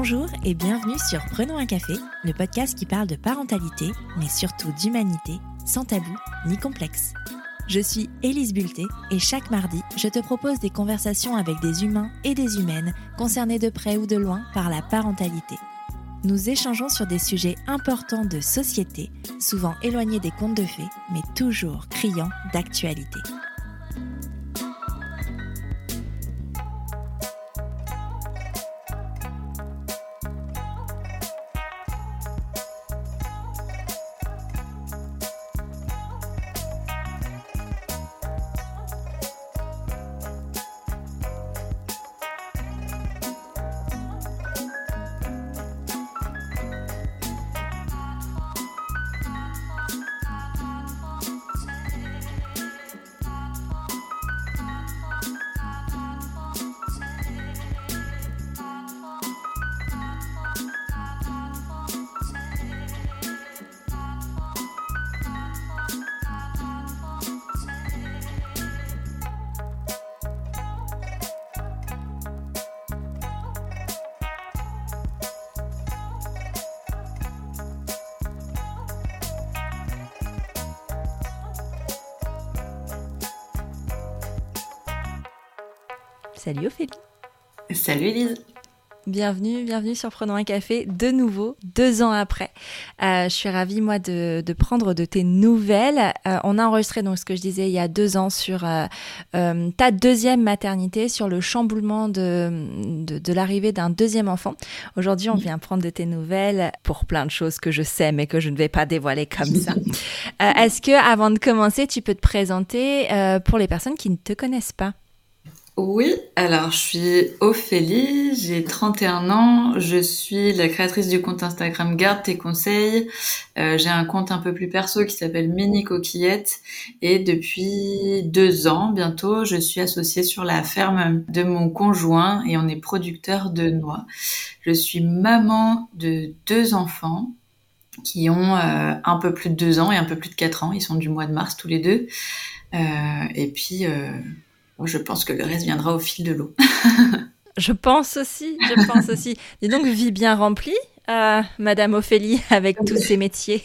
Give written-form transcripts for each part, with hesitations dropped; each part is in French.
Bonjour et bienvenue sur Prenons un café, le podcast qui parle de parentalité, mais surtout d'humanité, sans tabou ni complexe. Je suis Élise Bulté et chaque mardi, je te propose des conversations avec des humains et des humaines concernés de près ou de loin par la parentalité. Nous échangeons sur des sujets importants de société, souvent éloignés des contes de fées, mais toujours criants d'actualité. Salut Ophélie. Salut Elise. Bienvenue sur Prenons un café, de nouveau, 2 ans après. Je suis ravie, moi, de prendre de tes nouvelles. On a enregistré, donc, ce que je disais, il y a 2 ans sur ta deuxième maternité, sur le chamboulement de l'arrivée d'un deuxième enfant. Aujourd'hui, on vient prendre de tes nouvelles pour plein de choses que je sais, mais que je ne vais pas dévoiler comme ça. Est-ce que, avant de commencer, tu peux te présenter pour les personnes qui ne te connaissent pas? Oui, alors je suis Ophélie, j'ai 31 ans, je suis la créatrice du compte Instagram Garde tes conseils. J'ai un compte un peu plus perso qui s'appelle Mini Coquillette et depuis 2 ans bientôt, je suis associée sur la ferme de mon conjoint et on est producteur de noix. Je suis maman de 2 enfants qui ont un peu plus de 2 ans et un peu plus de 4 ans. Ils sont du mois de mars tous les deux. Et puis... je pense que le reste viendra au fil de l'eau. Je pense aussi. Dis donc, vie bien remplie, Madame Ophélie, avec tous ces métiers.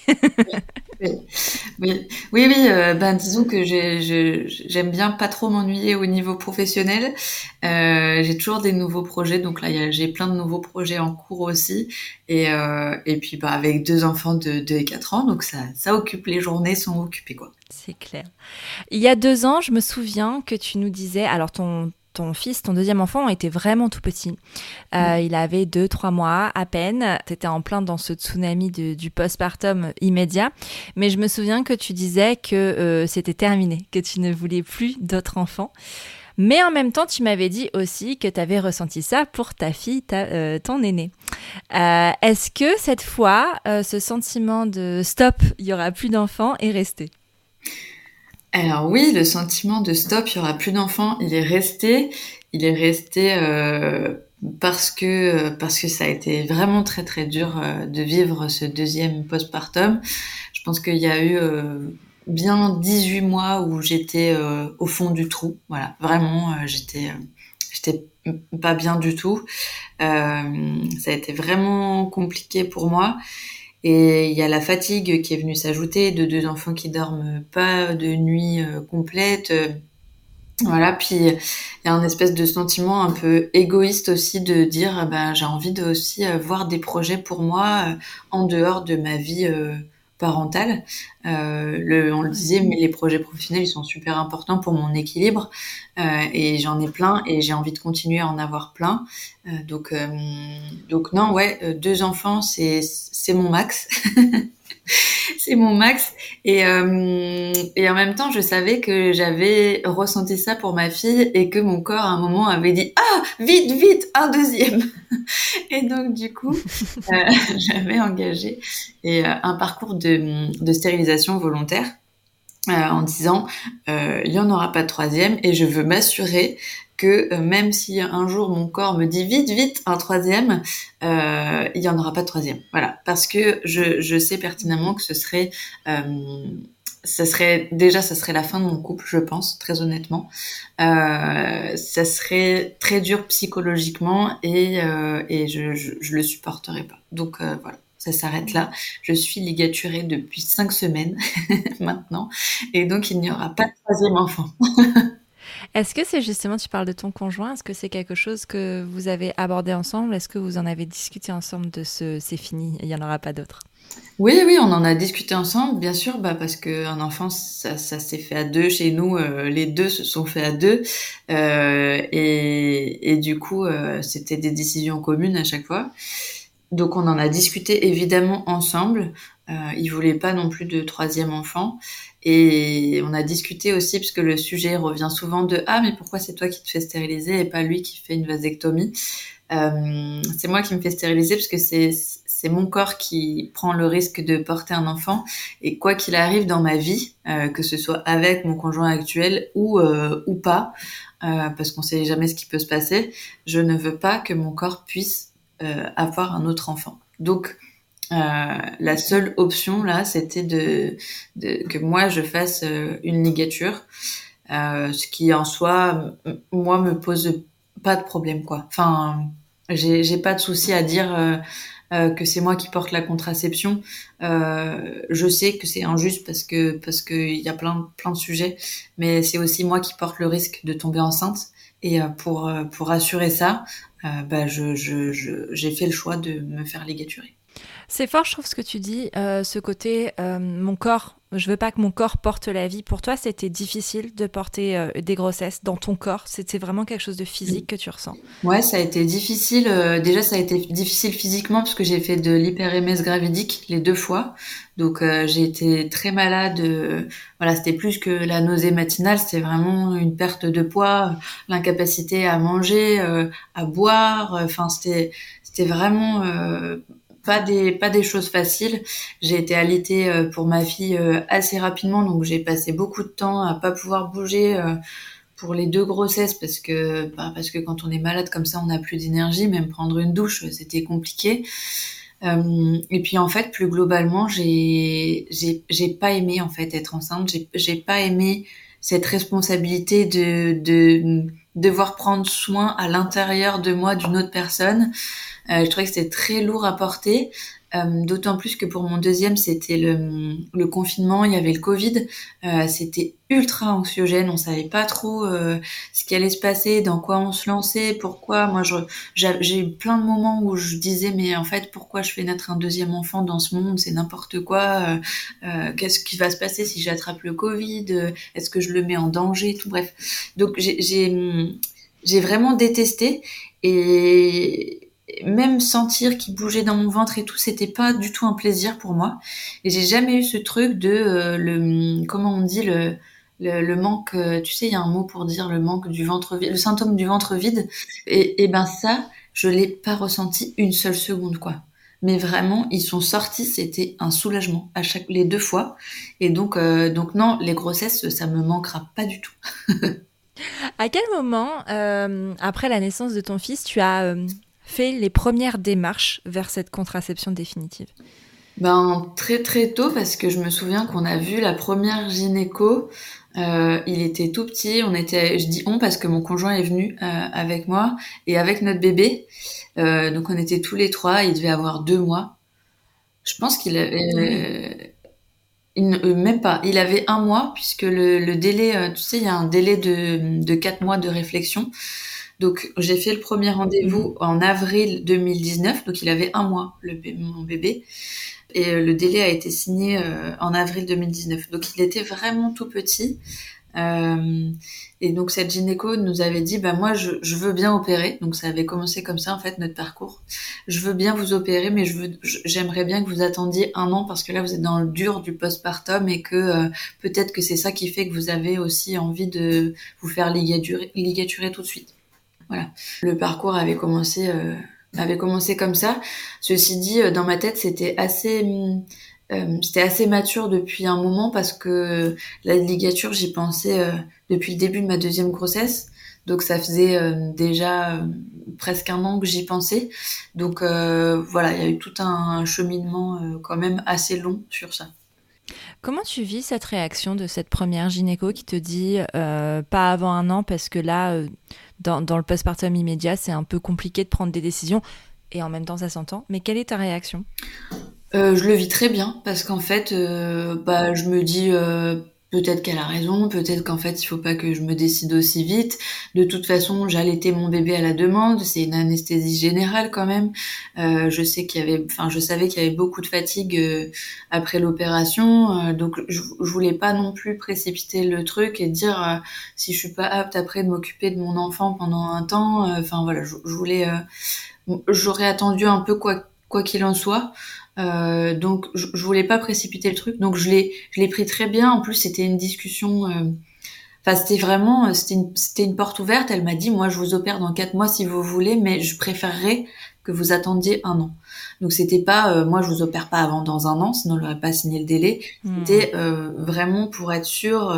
Oui. Disons que j'aime bien pas trop m'ennuyer au niveau professionnel. J'ai toujours des nouveaux projets, donc là j'ai plein de nouveaux projets en cours aussi. Et puis avec 2 enfants de 2 et 4 ans, donc ça occupe, les journées sont occupées quoi. C'est clair. Il y a 2 ans, je me souviens que tu nous disais, alors ton fils, ton deuxième enfant, était vraiment tout petit. Il avait 2-3 mois à peine. Tu étais en plein dans ce tsunami du postpartum immédiat. Mais je me souviens que tu disais que c'était terminé, que tu ne voulais plus d'autres enfants. Mais en même temps, tu m'avais dit aussi que tu avais ressenti ça pour ta fille, ton aîné. Est-ce que cette fois, ce sentiment de stop, il n'y aura plus d'enfants est resté ? Alors oui, le sentiment de stop, il y aura plus d'enfants, il est resté. Parce que ça a été vraiment très très dur de vivre ce deuxième postpartum. Je pense qu'il y a eu bien 18 mois où j'étais au fond du trou. Voilà, vraiment, j'étais pas bien du tout. Ça a été vraiment compliqué pour moi. Et il y a la fatigue qui est venue s'ajouter, de 2 enfants qui dorment pas de nuit complète. Voilà, puis il y a un espèce de sentiment un peu égoïste aussi de dire j'ai envie de aussi voir des projets pour moi en dehors de ma vie parentale. On le disait, mais les projets professionnels ils sont super importants pour mon équilibre et j'en ai plein et j'ai envie de continuer à en avoir plein. Donc non, 2 enfants c'est mon max. C'est mon max et en même temps je savais que j'avais ressenti ça pour ma fille et que mon corps à un moment avait dit vite un deuxième. Et donc du coup j'avais engagé un parcours de stérilisation volontaire en disant il y en aura pas de 3e et je veux m'assurer que même si un jour mon corps me dit vite un 3e, il y en aura pas de 3e. Voilà, parce que je sais pertinemment que ce serait ça serait la fin de mon couple, je pense, très honnêtement. Ça serait très dur psychologiquement et je le supporterais pas. Donc voilà, ça s'arrête là. Je suis ligaturée depuis 5 semaines maintenant, et donc il n'y aura pas de troisième enfant. Est-ce que c'est justement, tu parles de ton conjoint, est-ce que c'est quelque chose que vous avez abordé ensemble? Est-ce que vous en avez discuté ensemble de c'est fini, il n'y en aura pas d'autres? Oui, oui, on en a discuté ensemble, bien sûr, parce que un enfant, ça s'est fait à deux chez nous. Les deux se sont faits à deux, et du coup, c'était des décisions communes à chaque fois. Donc, on en a discuté évidemment ensemble. Il voulait pas non plus de troisième enfant, et on a discuté aussi parce que le sujet revient souvent de ah mais pourquoi c'est toi qui te fais stériliser et pas lui qui fait une vasectomie. C'est moi qui me fais stériliser parce que c'est mon corps qui prend le risque de porter un enfant, et quoi qu'il arrive dans ma vie, que ce soit avec mon conjoint actuel ou pas, parce qu'on sait jamais ce qui peut se passer, je ne veux pas que mon corps puisse avoir un autre enfant. Donc la seule option là, c'était que moi je fasse une ligature, ce qui en soi, moi, me pose pas de problème, quoi. Enfin, j'ai pas de souci à dire que c'est moi qui porte la contraception. Je sais que c'est injuste parce que il y a plein de sujets, mais c'est aussi moi qui porte le risque de tomber enceinte. Et pour assurer ça, j'ai fait le choix de me faire ligaturer. C'est fort, je trouve, ce que tu dis, ce côté mon corps. Je veux pas que mon corps porte la vie. Pour toi, c'était difficile de porter des grossesses dans ton corps. C'était vraiment quelque chose de physique que tu ressens. Ouais, ça a été difficile. Déjà, ça a été difficile physiquement parce que j'ai fait de l'hyperémèse gravidique les 2 fois. Donc, j'ai été très malade. Voilà, c'était plus que la nausée matinale. C'était vraiment une perte de poids, l'incapacité à manger, à boire. Enfin, c'était vraiment pas des choses faciles. J'ai été allaitée pour ma fille assez rapidement, donc j'ai passé beaucoup de temps à pas pouvoir bouger. Pour les 2 grossesses parce que quand on est malade comme ça, on n'a plus d'énergie, même prendre une douche, c'était compliqué. Et puis en fait, plus globalement, j'ai pas aimé en fait être enceinte. J'ai pas aimé cette responsabilité de devoir prendre soin à l'intérieur de moi d'une autre personne. Je trouvais que c'était très lourd à porter. D'autant plus que pour mon deuxième, c'était le confinement, il y avait le Covid. C'était ultra anxiogène, on savait pas trop ce qui allait se passer, dans quoi on se lançait, pourquoi. Moi, j'ai eu plein de moments où je disais, mais en fait, pourquoi je fais naître un deuxième enfant dans ce monde? C'est n'importe quoi. Qu'est-ce qui va se passer si j'attrape le Covid? Est-ce que je le mets en danger? Tout bref. Donc, j'ai vraiment détesté, et même sentir qu'il bougeait dans mon ventre et tout, c'était pas du tout un plaisir pour moi. Et j'ai jamais eu ce truc de comment on dit le manque. Tu sais, il y a un mot pour dire le manque du ventre vide, le symptôme du ventre vide. Et ben ça, je l'ai pas ressenti une seule seconde, quoi. Mais vraiment, ils sont sortis, c'était un soulagement les 2 fois. Et donc non, les grossesses, ça me manquera pas du tout. À quel moment, après la naissance de ton fils, tu as fait les premières démarches vers cette contraception définitive? Ben très très tôt, parce que je me souviens qu'on a vu la première gynéco. Il était tout petit. Je dis on parce que mon conjoint est venu avec moi et avec notre bébé. Donc on était tous les trois. Il devait avoir 2 mois. Je pense qu'il Oui. avait même pas. Il avait 1 mois puisque le délai, tu sais, il y a un délai de 4 mois de réflexion. Donc j'ai fait le premier Mhm. rendez-vous en avril 2019. Donc il avait 1 mois, mon bébé. Et le délai a été signé en avril 2019. Donc il était vraiment tout petit. Euh, et donc cette gynéco nous avait dit, bah moi je veux bien opérer. Donc ça avait commencé comme ça en fait notre parcours. Je veux bien vous opérer, mais j'aimerais bien que vous attendiez 1 an parce que là vous êtes dans le dur du postpartum et que peut-être que c'est ça qui fait que vous avez aussi envie de vous faire ligaturer tout de suite. Voilà. Le parcours avait commencé comme ça. Ceci dit, dans ma tête, c'était assez mature depuis un moment parce que la ligature, j'y pensais depuis le début de ma deuxième grossesse. Donc ça faisait déjà presque 1 an que j'y pensais. Donc voilà, il y a eu tout un cheminement quand même assez long sur ça. Comment tu vis cette réaction de cette première gynéco qui te dit pas avant 1 an parce que là, dans le postpartum immédiat, c'est un peu compliqué de prendre des décisions et en même temps ça s'entend. Mais quelle est ta réaction? Je le vis très bien parce qu'en fait, je me dis peut-être qu'elle a raison, peut-être qu'en fait il faut pas que je me décide aussi vite. De toute façon, j'allaitais mon bébé à la demande, c'est une anesthésie générale quand même. Je savais qu'il y avait beaucoup de fatigue après l'opération, donc je voulais pas non plus précipiter le truc et dire si je suis pas apte après de m'occuper de mon enfant pendant un temps. Enfin voilà, je voulais, j'aurais attendu un peu quoi qu'il en soit. Donc je voulais pas précipiter le truc, donc je l'ai pris très bien. En plus c'était une discussion, enfin c'était une porte ouverte. Elle m'a dit moi je vous opère dans 4 mois si vous voulez, mais je préférerais que vous attendiez 1 an. Donc c'était pas moi je vous opère pas avant dans 1 an, sinon elle n'aurait pas signé le délai. C'était vraiment pour être sûr.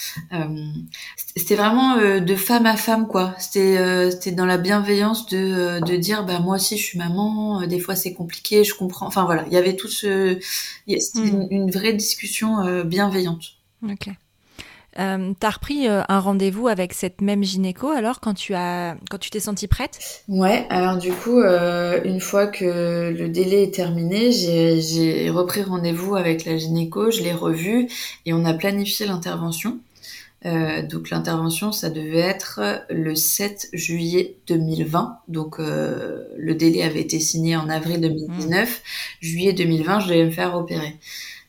C'était vraiment de femme à femme quoi. C'était dans la bienveillance de dire bah moi aussi je suis maman, des fois c'est compliqué, je comprends. Enfin voilà, il y avait tout ce c'était une vraie discussion bienveillante. Ok. T'as repris un rendez-vous avec cette même gynéco alors quand tu t'es sentie prête? Ouais, alors du coup, une fois que le délai est terminé, j'ai repris rendez-vous avec la gynéco, je l'ai revue et on a planifié l'intervention. Donc l'intervention, ça devait être le 7 juillet 2020. Donc le délai avait été signé en avril 2019. Juillet 2020, je devais me faire opérer.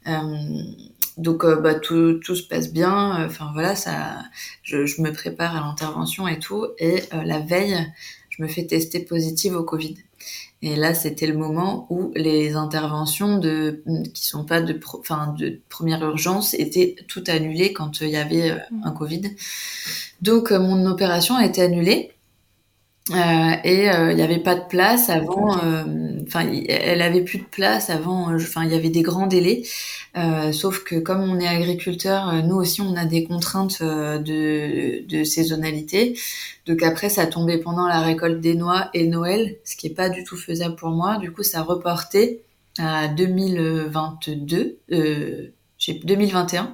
Donc tout se passe bien. Enfin voilà, je me prépare à l'intervention et tout. Et la veille, je me fais tester positive au Covid. Et là, c'était le moment où les interventions qui sont pas de première urgence étaient toutes annulées quand il y avait un Covid. Donc mon opération a été annulée. Et il n'y avait pas de place avant. Elle avait plus de place avant. Il y avait des grands délais. Sauf que comme on est agriculteur, nous aussi on a des contraintes de saisonnalité. Donc après ça tombait pendant la récolte des noix et Noël, ce qui est pas du tout faisable pour moi. Du coup ça reportait à 2022, 2021.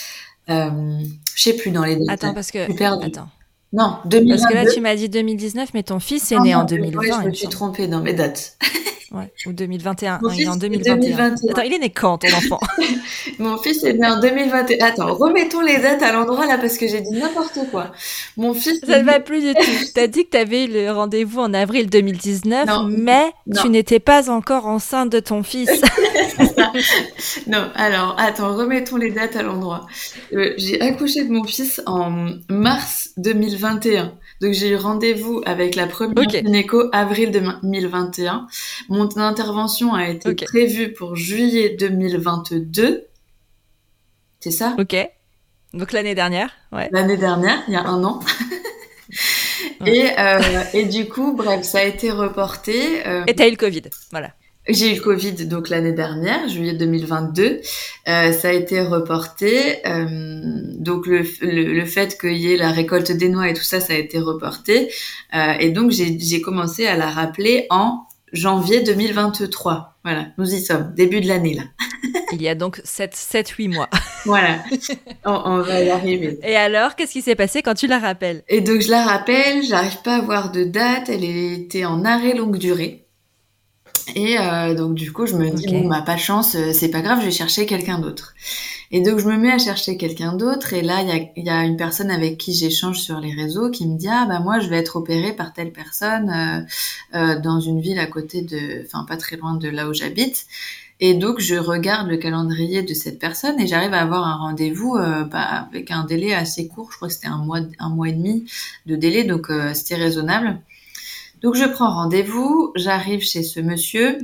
Je sais plus dans les dates. Attends parce que Je suis perdue. attends. Non, Parce que là 2022. tu m'as dit 2019 mais ton fils est Non, né en non, ouais, 2020 je il me me suis semble. trompée dans mes dates. Ouais, ou 2021. Mon Non, il est fils en est 2021. 2021. Attends, il est né quand ton enfant? Mon fils est né en 2021. Attends, remettons les dates à l'endroit là parce que j'ai dit n'importe quoi. Mon fils est Ça ne va né... plus du tout. T'as dit que t'avais eu le rendez-vous en avril 2019, Non, mais non, tu n'étais pas encore enceinte de ton fils. c'est ça. Non, alors, attends, remettons les dates à l'endroit. J'ai accouché de mon fils en mars 2021. Donc, j'ai eu rendez-vous avec la première Ok, gynéco avril 2021. Mon intervention a été ok, prévue pour juillet 2022. C'est ça? ok. Donc l'année dernière, ouais. L'année dernière, il y a 1 an. Ouais. Et du coup, bref, ça a été reporté. Et t'as eu le Covid, voilà. J'ai eu le Covid donc l'année dernière, juillet 2022. Ça a été reporté. Donc le fait qu'il y ait la récolte des noix et tout ça, ça a été reporté. Et donc j'ai commencé à la rappeler en janvier 2023. Voilà, nous y sommes, début de l'année là. Il y a donc 7-8 mois. Voilà, on va y arriver. Et alors, qu'est-ce qui s'est passé quand tu la rappelles? Et donc je la rappelle, j'arrive pas à avoir de date, elle était en arrêt longue durée. Et donc du coup je me dis Ok. bon bah pas de chance, c'est pas grave, je vais chercher quelqu'un d'autre. Et donc je me mets à chercher quelqu'un d'autre et là il y a une personne avec qui j'échange sur les réseaux qui me dit ah bah moi je vais être opérée par telle personne dans une ville à côté enfin pas très loin de là où j'habite. Et donc je regarde le calendrier de cette personne et j'arrive à avoir un rendez-vous avec un délai assez court, je crois que c'était un mois et demi de délai, donc c'était raisonnable. Donc je prends rendez-vous, j'arrive chez ce monsieur,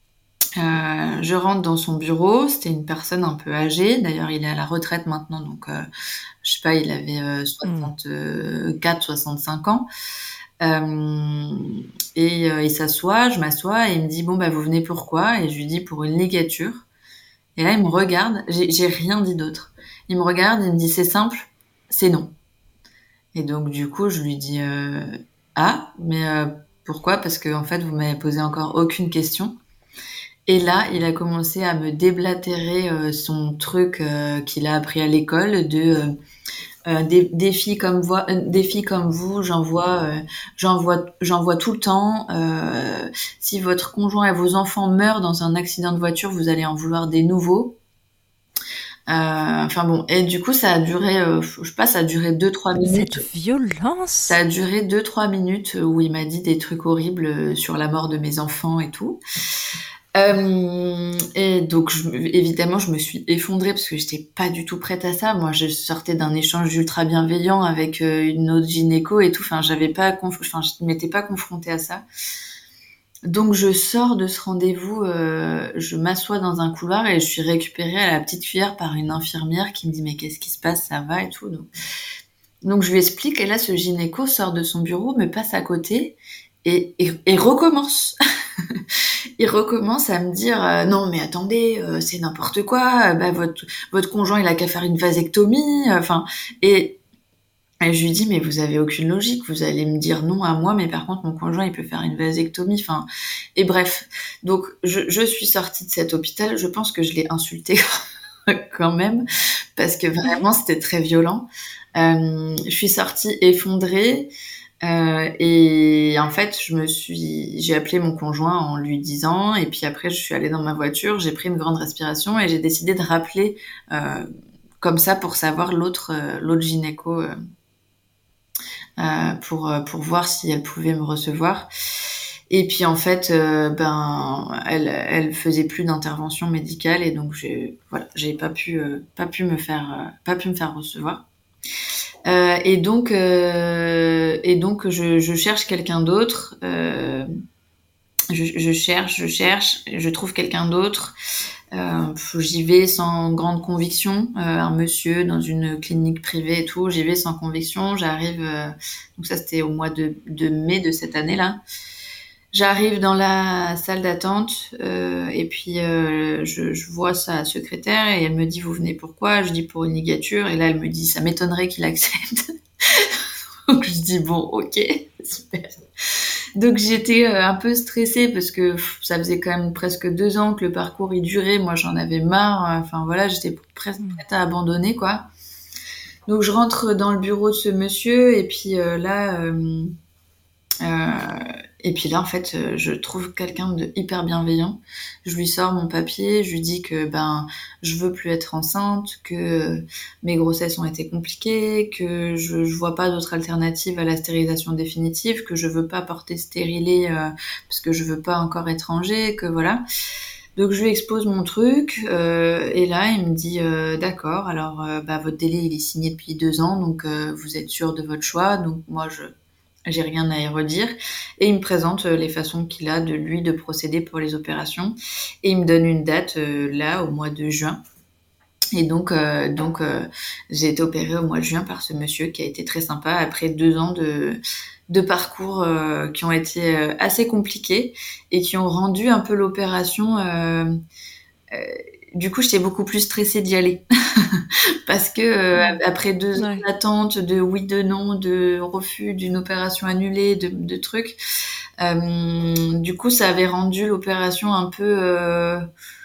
je rentre dans son bureau, c'était une personne un peu âgée, d'ailleurs il est à la retraite maintenant, donc je sais pas, il avait 64, 65 ans. Et il s'assoit, je m'assois et il me dit bon bah vous venez pourquoi? Et je lui dis pour une ligature. Et là il me regarde, j'ai rien dit d'autre. Il me regarde, il me dit c'est simple, c'est non. Et donc du coup je lui dis ah mais pourquoi? Parce que en fait vous m'avez posé encore aucune question. Et là, il a commencé à me déblatérer son truc qu'il a appris à l'école des filles comme des filles comme vous, j'en vois tout le temps. Si votre conjoint et vos enfants meurent dans un accident de voiture, vous allez en vouloir des nouveaux. Enfin bon, et du coup, ça a duré, je sais pas, ça a duré 2-3 minutes. Cette violence. Ça a duré 2-3 minutes où il m'a dit des trucs horribles sur la mort de mes enfants et tout. Et donc, évidemment, je me suis effondrée parce que j'étais pas du tout prête à ça. Moi, je sortais d'un échange ultra bienveillant avec une autre gynéco et tout. Enfin, je m'étais pas confrontée à ça. Donc, je sors de ce rendez-vous, je m'assois dans un couloir et je suis récupérée à la petite cuillère par une infirmière qui me dit mais qu'est-ce qui se passe, ça va et tout. Donc je lui explique et là, ce gynéco sort de son bureau, me passe à côté et recommence. Il recommence à me dire non mais attendez, c'est n'importe quoi, votre conjoint il a qu'à faire une vasectomie, enfin et je lui dis mais vous avez aucune logique, vous allez me dire non à moi mais par contre mon conjoint il peut faire une vasectomie, enfin et bref. Donc je suis sortie de cet hôpital, je pense que je l'ai insulté quand même parce que vraiment c'était très violent. Je suis sortie effondrée. Et en fait, j'ai appelé mon conjoint en lui disant, et puis après, je suis allée dans ma voiture, j'ai pris une grande respiration et j'ai décidé de rappeler comme ça pour savoir l'autre gynéco pour voir si elle pouvait me recevoir. Et puis en fait, elle faisait plus d'intervention médicale et donc j'ai pas pu me faire recevoir. Et donc je cherche quelqu'un d'autre. Je cherche, je trouve quelqu'un d'autre. J'y vais sans grande conviction. Un monsieur dans une clinique privée et tout, j'y vais sans conviction. J'arrive, donc ça c'était au mois de mai de cette année-là. J'arrive dans la salle d'attente et puis je vois sa secrétaire et elle me dit vous venez pourquoi? Je dis pour une ligature et là elle me dit ça m'étonnerait qu'il accepte. Donc je dis bon ok super. Donc j'étais un peu stressée parce que ça faisait quand même presque 2 ans que le parcours y durait. Moi j'en avais marre. Enfin voilà j'étais presque prête à abandonner quoi. Donc je rentre dans le bureau de ce monsieur et puis et puis là, en fait, je trouve quelqu'un de hyper bienveillant. Je lui sors mon papier, je lui dis que je veux plus être enceinte, que mes grossesses ont été compliquées, que je vois pas d'autre alternative à la stérilisation définitive, que je veux pas porter stérilet parce que je veux pas encore étranger, que voilà. Donc je lui expose mon truc et là il me dit d'accord, alors votre délai il est signé depuis 2 ans, donc vous êtes sûr de votre choix, donc moi j'ai rien à y redire. Et il me présente les façons qu'il a de procéder pour les opérations. Et il me donne une date là, au mois de juin. Et donc j'ai été opérée au mois de juin par ce monsieur qui a été très sympa après 2 ans de parcours qui ont été assez compliqués et qui ont rendu un peu l'opération... du coup, j'étais beaucoup plus stressée d'y aller parce que après 2 ans d'attente, de oui, de non, de refus d'une opération annulée, de trucs, du coup, ça avait rendu l'opération un peu,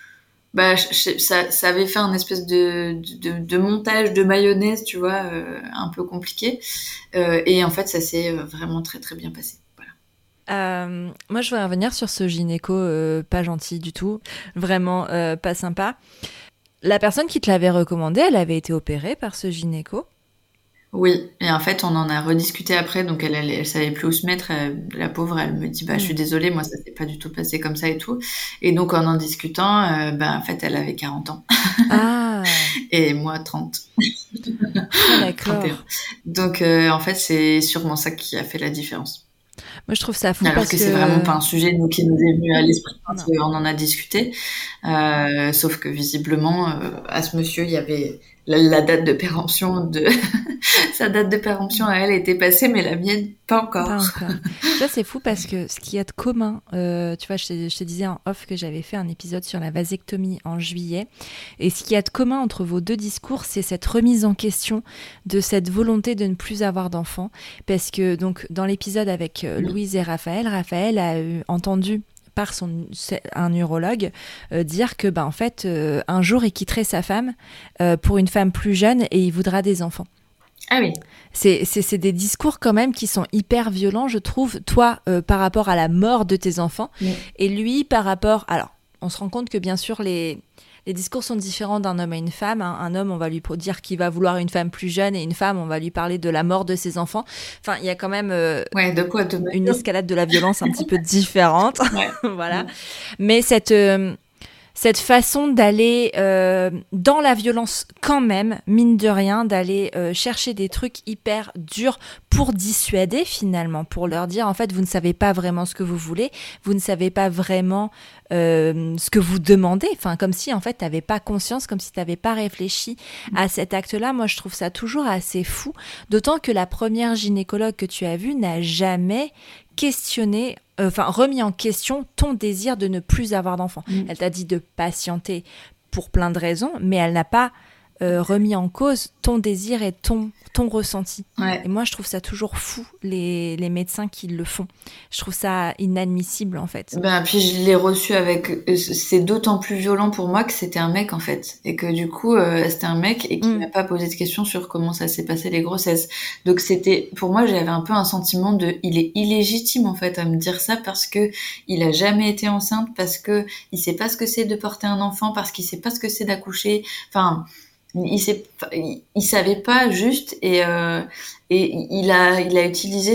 ça avait fait un espèce de montage de mayonnaise, tu vois, un peu compliqué, et en fait, ça s'est vraiment très très bien passé. Moi, je voudrais revenir sur ce gynéco pas gentil du tout, vraiment pas sympa. La personne qui te l'avait recommandé, elle avait été opérée par ce gynéco? Oui, et en fait, on en a rediscuté après, donc elle savait plus où se mettre, la pauvre, elle me dit, je suis désolée, moi, ça s'est pas du tout passé comme ça et tout. Et donc, en discutant, en fait, elle avait 40 ans. Ah. Et moi, 30. Ah, d'accord. 31. Donc, en fait, c'est sûrement ça qui a fait la différence. Moi, je trouve ça fou parce que c'est vraiment pas un sujet qui nous est venu à l'esprit quand on en a discuté. Sauf que visiblement, à ce monsieur, il y avait la date de péremption de sa date de péremption à elle était passée, mais la mienne pas encore. Pas encore. Ça c'est fou parce que ce qu'il y a de commun, tu vois, je te disais en off que j'avais fait un épisode sur la vasectomie en juillet, et ce qu'il y a de commun entre vos deux discours, c'est cette remise en question de cette volonté de ne plus avoir d'enfants, parce que donc dans l'épisode avec Louise et Raphaël a entendu par un urologue dire que en fait un jour il quitterait sa femme pour une femme plus jeune et il voudra des enfants. Ah oui. C'est des discours quand même qui sont hyper violents, je trouve. Toi, par rapport à la mort de tes enfants, et lui par rapport... Alors, on se rend compte que bien sûr, les discours sont différents d'un homme à une femme. Hein. Un homme, on va lui dire qu'il va vouloir une femme plus jeune, et une femme, on va lui parler de la mort de ses enfants. Enfin, il y a quand même une escalade de la violence un petit peu différente. Voilà. Mais cette façon d'aller dans la violence quand même, mine de rien, d'aller chercher des trucs hyper durs pour dissuader finalement, pour leur dire en fait vous ne savez pas vraiment ce que vous voulez, vous ne savez pas vraiment ce que vous demandez, enfin comme si en fait tu n'avais pas conscience, comme si tu n'avais pas réfléchi à cet acte-là. Moi je trouve ça toujours assez fou, d'autant que la première gynécologue que tu as vue n'a jamais questionné, remis en question ton désir de ne plus avoir d'enfant. Elle t'a dit de patienter pour plein de raisons, mais elle n'a pas remis en cause ton désir et ton ressenti. Et moi, je trouve ça toujours fou, les médecins qui le font. Je trouve ça inadmissible, en fait. Puis je l'ai reçu avec... C'est d'autant plus violent pour moi que c'était un mec, en fait. Et que du coup, c'était un mec et qui m'a pas posé de questions sur comment ça s'est passé, les grossesses. Donc c'était... Pour moi, j'avais un peu un sentiment de... Il est illégitime, en fait, à me dire ça parce que il a jamais été enceinte, parce que il sait pas ce que c'est de porter un enfant, parce qu'il sait pas ce que c'est d'accoucher. Enfin... Il savait pas juste et il a utilisé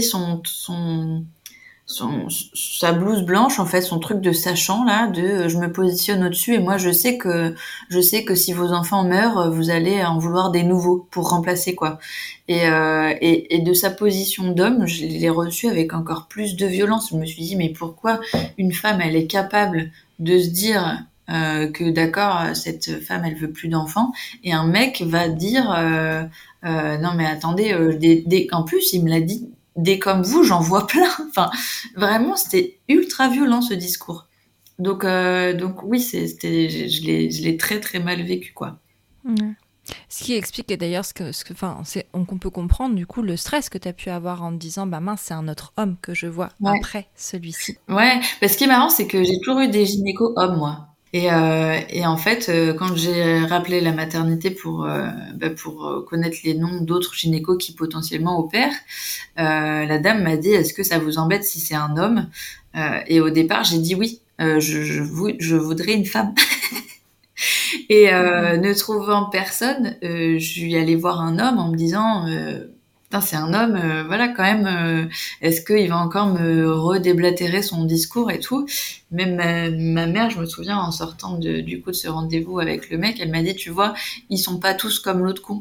sa blouse blanche, en fait, son truc de sachant là, je me positionne au-dessus et moi je sais que si vos enfants meurent, vous allez en vouloir des nouveaux pour remplacer quoi. Et de sa position d'homme, je l'ai reçu avec encore plus de violence. Je me suis dit mais pourquoi une femme elle est capable de se dire que d'accord, cette femme elle veut plus d'enfants, et un mec va dire non mais attendez, en plus il me l'a dit, des comme vous j'en vois plein. Enfin vraiment c'était ultra violent ce discours. Donc oui je l'ai très très mal vécu quoi. Ce qui explique d'ailleurs on peut comprendre du coup le stress que tu as pu avoir en te disant mince c'est un autre homme que je vois après celui-ci. Ouais, ce qui est marrant c'est que j'ai toujours eu des gynécos hommes moi. Et en fait, quand j'ai rappelé la maternité pour connaître les noms d'autres gynécos qui potentiellement opèrent, la dame m'a dit est-ce que ça vous embête si c'est un homme et au départ j'ai dit oui, je voudrais une femme. Et ne trouvant personne, je suis allée voir un homme en me disant putain, c'est un homme, voilà quand même, est-ce qu'il va encore me redéblatérer son discours et tout. Même ma mère, je me souviens, en sortant de ce rendez-vous avec le mec, elle m'a dit, tu vois, ils sont pas tous comme l'autre con.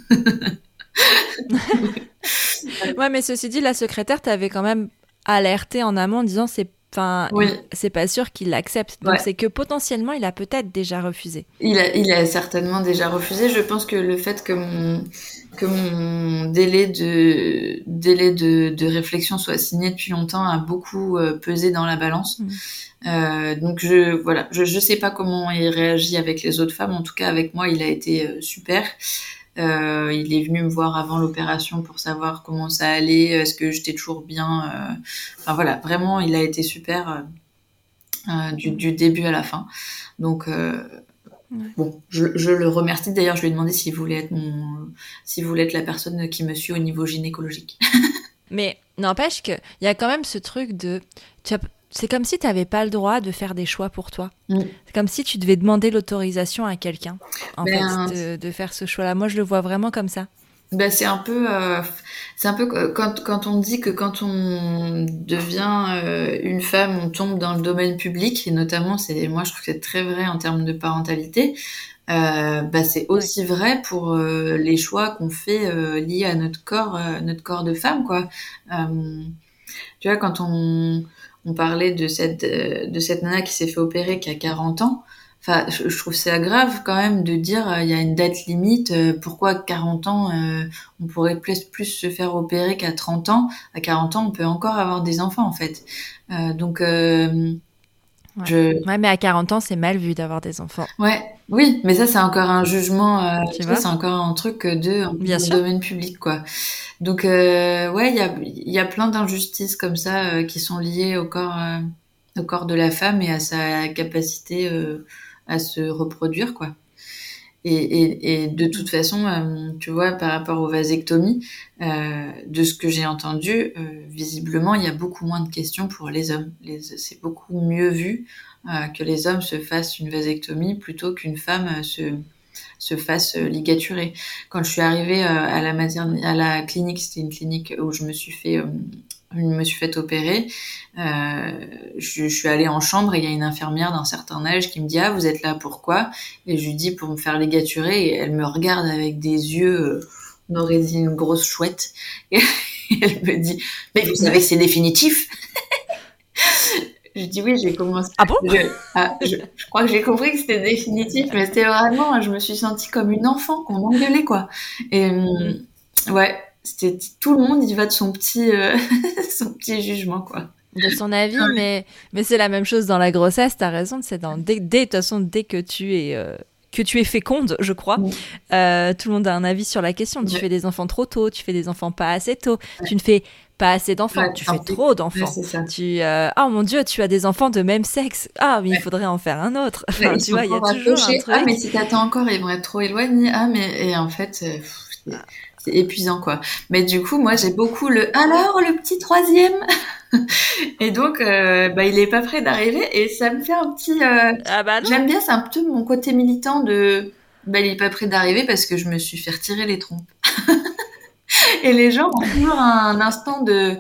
Ouais, mais ceci dit, la secrétaire t'avait quand même alerté en amont en disant c'est pas sûr qu'il l'accepte. Donc c'est que potentiellement il a peut-être déjà refusé. Il a certainement déjà refusé. Je pense que le fait que mon délai de réflexion soit signé depuis longtemps a beaucoup pesé dans la balance. Donc je sais pas comment il réagit avec les autres femmes. En tout cas avec moi il a été super. Il est venu me voir avant l'opération pour savoir comment ça allait, est-ce que j'étais toujours bien. Enfin voilà, vraiment, il a été super du début à la fin. Donc bon, je le remercie. D'ailleurs, je lui ai demandé s'il voulait être la personne qui me suit au niveau gynécologique. Mais n'empêche qu'il y a quand même ce truc de... C'est comme si tu n'avais pas le droit de faire des choix pour toi. C'est comme si tu devais demander l'autorisation à quelqu'un, de faire ce choix-là. Moi, je le vois vraiment comme ça. C'est un peu quand on dit que quand on devient une femme, on tombe dans le domaine public, et notamment, moi, je trouve que c'est très vrai en termes de parentalité. C'est aussi vrai pour les choix qu'on fait liés à notre corps de femme, quoi. Tu vois, quand on parlait de cette nana qui s'est fait opérer qui a 40 ans. Enfin, je trouve ça grave quand même de dire il y a une date limite. Pourquoi 40 ans on pourrait plus se faire opérer qu'à 30 ans. À 40 ans, on peut encore avoir des enfants en fait. Ouais, mais à 40 ans, c'est mal vu d'avoir des enfants. Oui, mais ça, c'est encore un jugement, tu vois, c'est encore un truc de domaine public, quoi. Donc, il y a plein d'injustices comme ça qui sont liées au corps au corps de la femme et à sa capacité à se reproduire, quoi. Et de toute façon, tu vois, par rapport aux vasectomies, de ce que j'ai entendu, visiblement, il y a beaucoup moins de questions pour les hommes. C'est beaucoup mieux vu que les hommes se fassent une vasectomie plutôt qu'une femme se fasse ligaturer. Quand je suis arrivée à la clinique, c'était une clinique où je me suis fait opérer. Je suis allée en chambre et il y a une infirmière d'un certain âge qui me dit ah vous êtes là pourquoi? Et je lui dis pour me faire ligaturer et elle me regarde avec des yeux on aurait dit une grosse chouette et elle me dit mais vous savez que c'est définitif. Je dis oui, j'ai commencé. Ah bon? Je crois que j'ai compris que c'était définitif, mais c'était vraiment, je me suis sentie comme une enfant qu'on engueulait, quoi. Et ouais, c'était tout le monde, il va de son petit, son petit jugement, quoi. De son avis, mais c'est la même chose dans la grossesse, t'as raison, c'est de toute façon, dès que tu es féconde, je crois, tout le monde a un avis sur la question. Tu fais des enfants trop tôt, tu fais des enfants pas assez tôt, tu ne fais pas assez d'enfants, tu fais trop d'enfants. C'est ça. Oh mon Dieu, tu as des enfants de même sexe. Ah, mais il faudrait en faire un autre. Enfin, tu vois, il y a toujours un truc. Ah, mais si t'attends encore, ils vont être trop éloignés. Ah, mais et en fait, c'est épuisant, quoi. Mais du coup, moi, j'ai beaucoup alors le petit troisième. Et donc, il est pas prêt d'arriver et ça me fait un petit. Ah bah non. J'aime bien, c'est un peu mon côté militant de. Il est pas prêt d'arriver parce que je me suis fait retirer les trompes. Et les gens ont toujours un instant de.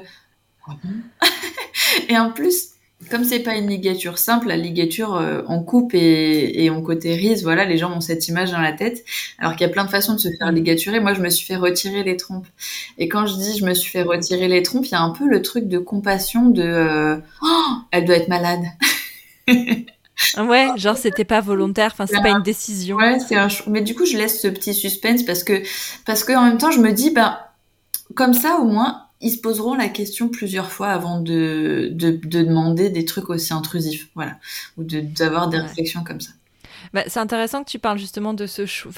Et en plus, comme c'est pas une ligature simple, la ligature on coupe et on cautérise, voilà, les gens ont cette image dans la tête, alors qu'il y a plein de façons de se faire ligaturer. Moi, je me suis fait retirer les trompes. Et quand je dis je me suis fait retirer les trompes, il y a un peu le truc de compassion de elle doit être malade. Ouais, genre c'était pas volontaire, enfin c'est pas une décision. Ouais, mais du coup, je laisse ce petit suspense parce que en même temps, je me dis comme ça au moins ils se poseront la question plusieurs fois avant de demander des trucs aussi intrusifs, voilà, ou d'avoir des réflexions comme ça. Bah, c'est intéressant que tu parles justement de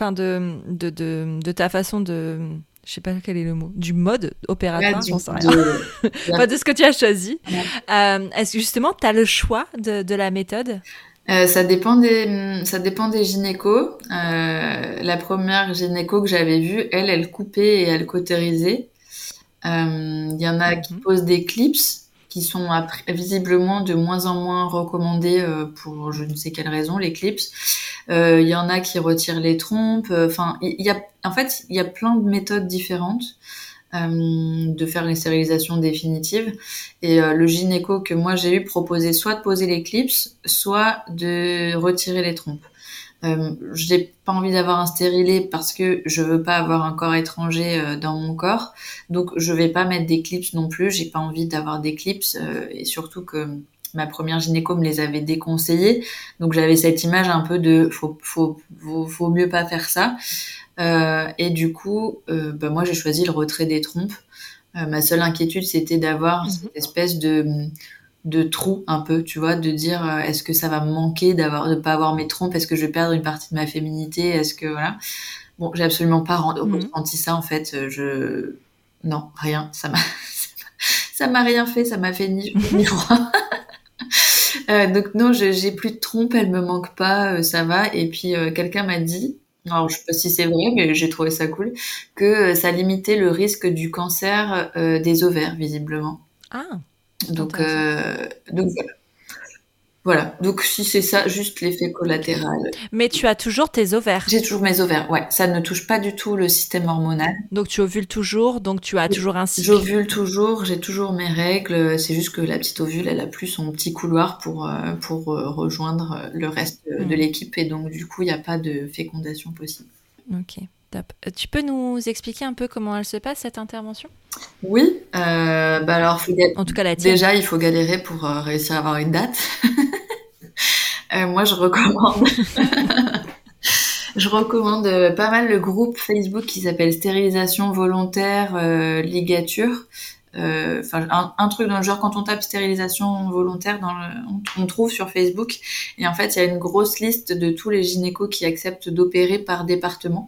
de ta façon de, je sais pas quel est le mot, du mode opératoire, j'en sais rien. De ce que tu as choisi. Ouais. Est-ce que justement tu as le choix de la méthode? Ça dépend des gynécos. La première gynéco que j'avais vue, elle coupait et elle cautérisait. Il y en a qui posent des clips qui sont visiblement de moins en moins recommandés pour je ne sais quelle raison, les clips. Il y en a qui retirent les trompes. Enfin, il y a plein de méthodes différentes de faire une stérilisation définitive. Et le gynéco que moi j'ai eu proposait soit de poser les clips, soit de retirer les trompes. J'ai pas envie d'avoir un stérilet parce que je veux pas avoir un corps étranger dans mon corps, donc je vais pas mettre des clips non plus. J'ai pas envie d'avoir des clips et surtout que ma première gynéco me les avait déconseillés, donc j'avais cette image un peu de faut mieux pas faire ça. Et du coup, moi j'ai choisi le retrait des trompes. Ma seule inquiétude c'était d'avoir cette espèce de trou un peu, tu vois, de dire est-ce que ça va me manquer de pas avoir mes trompes, est-ce que je vais perdre une partie de ma féminité, est-ce que voilà. Bon, j'ai absolument pas ressenti ça en fait, non, rien, ça m'a rien fait, ça m'a fait ni froid. Donc non, j'ai plus de trompes, elles me manquent pas, ça va. Et puis quelqu'un m'a dit, alors je sais pas si c'est vrai, mais j'ai trouvé ça cool, que ça limitait le risque du cancer des ovaires visiblement. Ah. Donc voilà. Donc si c'est ça, juste l'effet collatéral. Mais tu as toujours tes ovaires. J'ai toujours mes ovaires, ouais. Ça ne touche pas du tout le système hormonal. Donc tu ovules toujours, donc tu as toujours un cycle. J'ovule toujours, j'ai toujours mes règles. C'est juste que la petite ovule, elle a plus son petit couloir pour rejoindre le reste de l'équipe. Et donc du coup, il n'y a pas de fécondation possible. Ok. Top. Tu peux nous expliquer un peu comment elle se passe, cette intervention? Oui. Alors, en tout cas, la tienne. Déjà, il faut galérer pour réussir à avoir une date. Moi, je recommande. Je recommande pas mal le groupe Facebook qui s'appelle Stérilisation volontaire ligature. Un truc dans le genre, quand on tape stérilisation volontaire, on trouve sur Facebook. Et en fait, il y a une grosse liste de tous les gynécos qui acceptent d'opérer par département.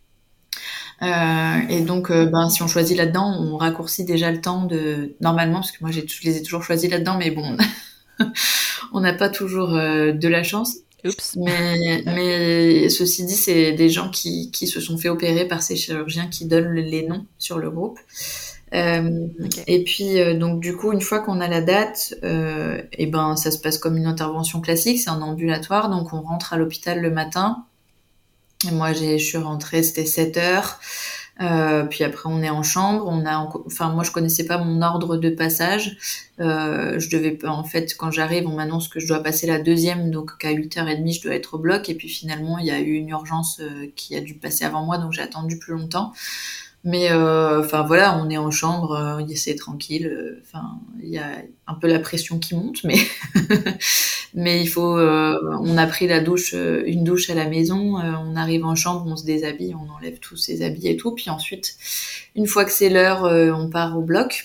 Et donc, si on choisit là-dedans, on raccourcit déjà le temps normalement, parce que moi, je les ai toujours choisis là-dedans, mais bon, On n'a pas toujours de la chance. Oups. Mais ceci dit, c'est des gens qui se sont fait opérer par ces chirurgiens qui donnent les noms sur le groupe. Ok. Et puis donc du coup, une fois qu'on a la date, et ben ça se passe comme une intervention classique, c'est un ambulatoire, donc on rentre à l'hôpital le matin. Et moi, je suis rentrée, c'était 7 heures. Puis après, on est en chambre. Enfin, moi, je connaissais pas mon ordre de passage. Je devais pas, en fait, quand j'arrive, on m'annonce que je dois passer la deuxième, donc qu'à 8h30, je dois être au bloc. Et puis finalement, il y a eu une urgence qui a dû passer avant moi, donc j'ai attendu plus longtemps. Mais enfin voilà, on est en chambre, c'est tranquille. Enfin, il y a un peu la pression qui monte, mais mais il faut. On a pris une douche à la maison. On arrive en chambre, on se déshabille, on enlève tous ses habits et tout. Puis ensuite, une fois que c'est l'heure, on part au bloc.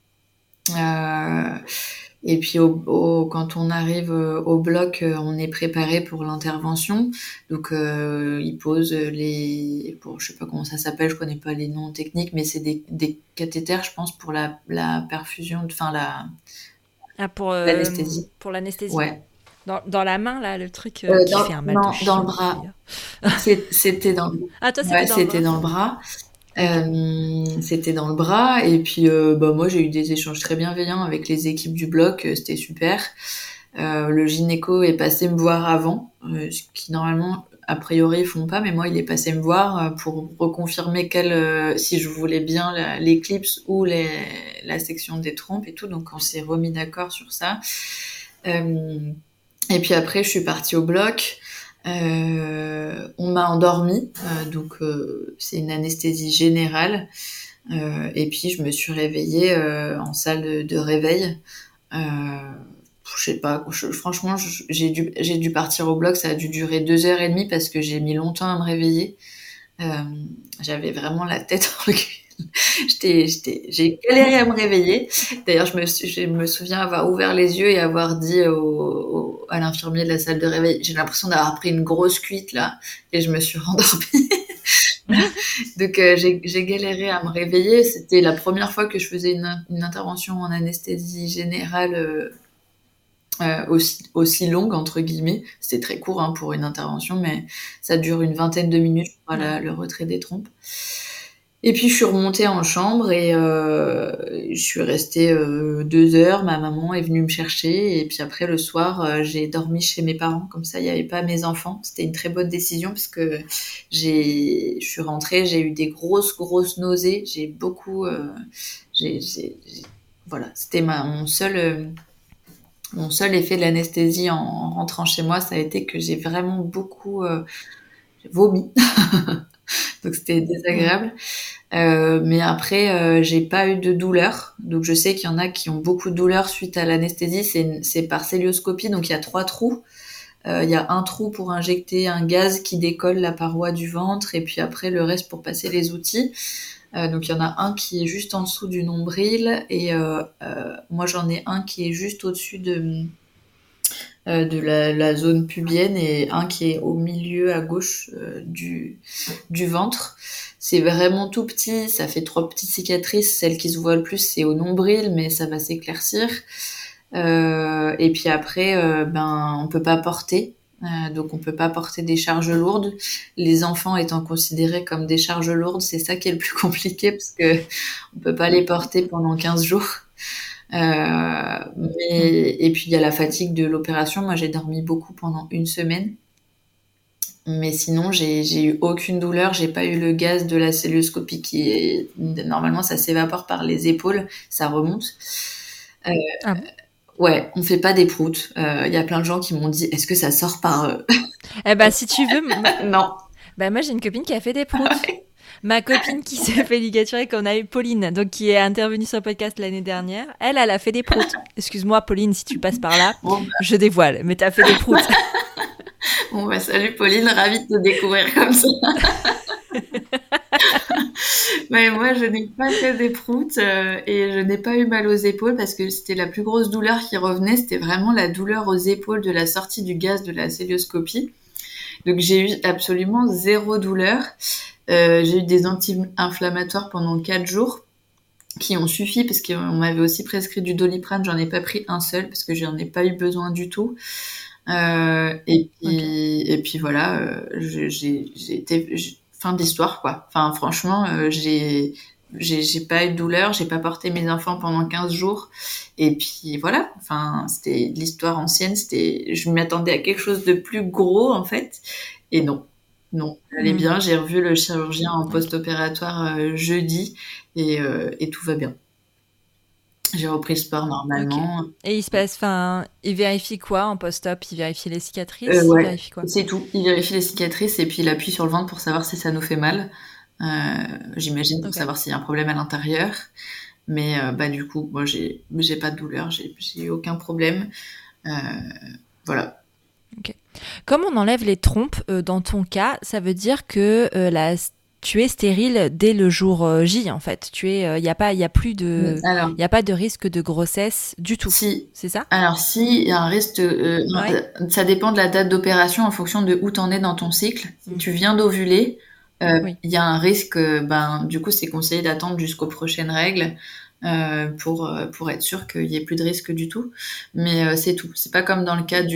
Et puis quand on arrive au bloc, on est préparé pour l'intervention. Donc ils posent je sais pas comment ça s'appelle, je connais pas les noms techniques, mais c'est des cathéters, je pense, pour la perfusion, enfin Ah, l'anesthésie. pour l'anesthésie. Ouais. Dans la main, là, le truc qui fait un mal de Non, dans le chien, bras. d'ailleurs. C'était dans le, Ah, toi, c'était ouais, dans le c'était bras. dans le bras. Ok. C'était dans le bras et puis bah moi j'ai eu des échanges très bienveillants avec les équipes du bloc, c'était super. Le gynéco est passé me voir avant, ce qui normalement a priori ils font pas, mais moi il est passé me voir pour reconfirmer si je voulais bien l'éclipse ou la section des trompes et tout, donc on s'est remis d'accord sur ça. Et puis après je suis partie au bloc. On m'a endormie, donc c'est une anesthésie générale. Et puis je me suis réveillée en salle de réveil. Euh, je sais pas, franchement, j'ai dû partir au bloc, ça a dû durer 2h30 parce que j'ai mis longtemps à me réveiller. Euh, J'avais vraiment la tête en recul. J'ai galéré à me réveiller. D'ailleurs, je me souviens avoir ouvert les yeux et avoir dit à l'infirmier de la salle de réveil, j'ai l'impression d'avoir pris une grosse cuite là, et je me suis rendormie. Donc j'ai galéré à me réveiller. C'était la première fois que je faisais une intervention en anesthésie générale aussi longue entre guillemets. C'était très court hein, pour une intervention, mais ça dure une vingtaine de minutes, je crois, Ouais. le retrait des trompes. Et puis je suis remontée en chambre et je suis restée 2 heures. Ma maman est venue me chercher et puis après le soir j'ai dormi chez mes parents. Comme ça il n'y avait pas mes enfants. C'était une très bonne décision parce que je suis rentrée, j'ai eu des grosses nausées. J'ai beaucoup, voilà, c'était mon seul effet de l'anesthésie en rentrant chez moi, ça a été que j'ai vraiment beaucoup vomi. Donc c'était Mm. désagréable. Mais après, j'ai pas eu de douleur. Donc je sais qu'il y en a qui ont beaucoup de douleur suite à l'anesthésie. C'est par célioscopie, donc il y a 3 trous. Il y a un trou pour injecter un gaz qui décolle la paroi du ventre, et puis après le reste pour passer les outils. Donc il y en a un qui est juste en dessous du nombril, et moi j'en ai un qui est juste au-dessus de la zone pubienne, et un qui est au milieu à gauche du ventre. C'est vraiment tout petit, ça fait 3 petites cicatrices. Celle qui se voit le plus, c'est au nombril, mais ça va s'éclaircir. Et puis après, ben, on peut pas porter. Donc on peut pas porter des charges lourdes. Les enfants étant considérés comme des charges lourdes, c'est ça qui est le plus compliqué parce que on peut pas les porter pendant 15 jours. Mm. Et puis il y a la fatigue de l'opération. Moi j'ai dormi beaucoup pendant une semaine. Mais sinon, j'ai eu aucune douleur. J'ai pas eu le gaz de la célioscopie normalement, ça s'évapore par les épaules, ça remonte. Euh, Ah bon? ouais, on fait pas des proutes. Il y a plein de gens qui m'ont dit, est-ce que ça sort par Eh ben, si tu veux, Non. bah, moi, j'ai une copine qui a fait des proutes. Ma copine qui s'est fait ligaturer, qu'on a eu Pauline, donc qui est intervenue sur le podcast l'année dernière, elle a fait des proutes. Excuse-moi, Pauline, si tu passes par là, Bon, je dévoile, mais t'as fait des proutes. salut Pauline, ravie de te découvrir comme ça. Mais moi, je n'ai pas fait des proutes et je n'ai pas eu mal aux épaules parce que c'était la plus grosse douleur qui revenait. C'était vraiment la douleur aux épaules de la sortie du gaz de la célioscopie. Donc j'ai eu absolument zéro douleur. J'ai eu des anti-inflammatoires pendant 4 jours. qui ont suffi parce qu'on m'avait aussi prescrit du Doliprane. J'en ai pas pris un seul parce que j'en ai pas eu besoin du tout. Et puis voilà, j'ai été fin d'histoire quoi. Enfin franchement, j'ai pas eu de douleur, j'ai pas porté mes enfants pendant 15 jours. Et puis voilà, enfin c'était de l'histoire ancienne, je m'attendais à quelque chose de plus gros en fait. Et non, non, ça allait bien. J'ai revu le chirurgien en post-opératoire jeudi et tout va bien. J'ai repris le sport normalement. Okay. Et il se passe, enfin, il vérifie quoi en post-op? Il vérifie les cicatrices? Ouais, il vérifie quoi? c'est tout. Il vérifie les cicatrices et puis il appuie sur le ventre pour savoir si ça nous fait mal. J'imagine pour savoir s'il y a un problème à l'intérieur. Mais bah du coup, moi j'ai pas de douleur, j'ai eu aucun problème. Voilà. Ok. Comme on enlève les trompes dans ton cas, ça veut dire que tu es stérile dès le jour J en fait. Il y a pas de risque de grossesse du tout. Si. C'est ça? Alors si, il y a un risque. Ça dépend de la date d'opération en fonction de où t'en es dans ton cycle. Si tu viens d'ovuler, il y a un risque. Du coup, c'est conseillé d'attendre jusqu'aux prochaines règles. Pour être sûr qu'il y ait plus de risque du tout, mais c'est tout. C'est pas comme dans le cas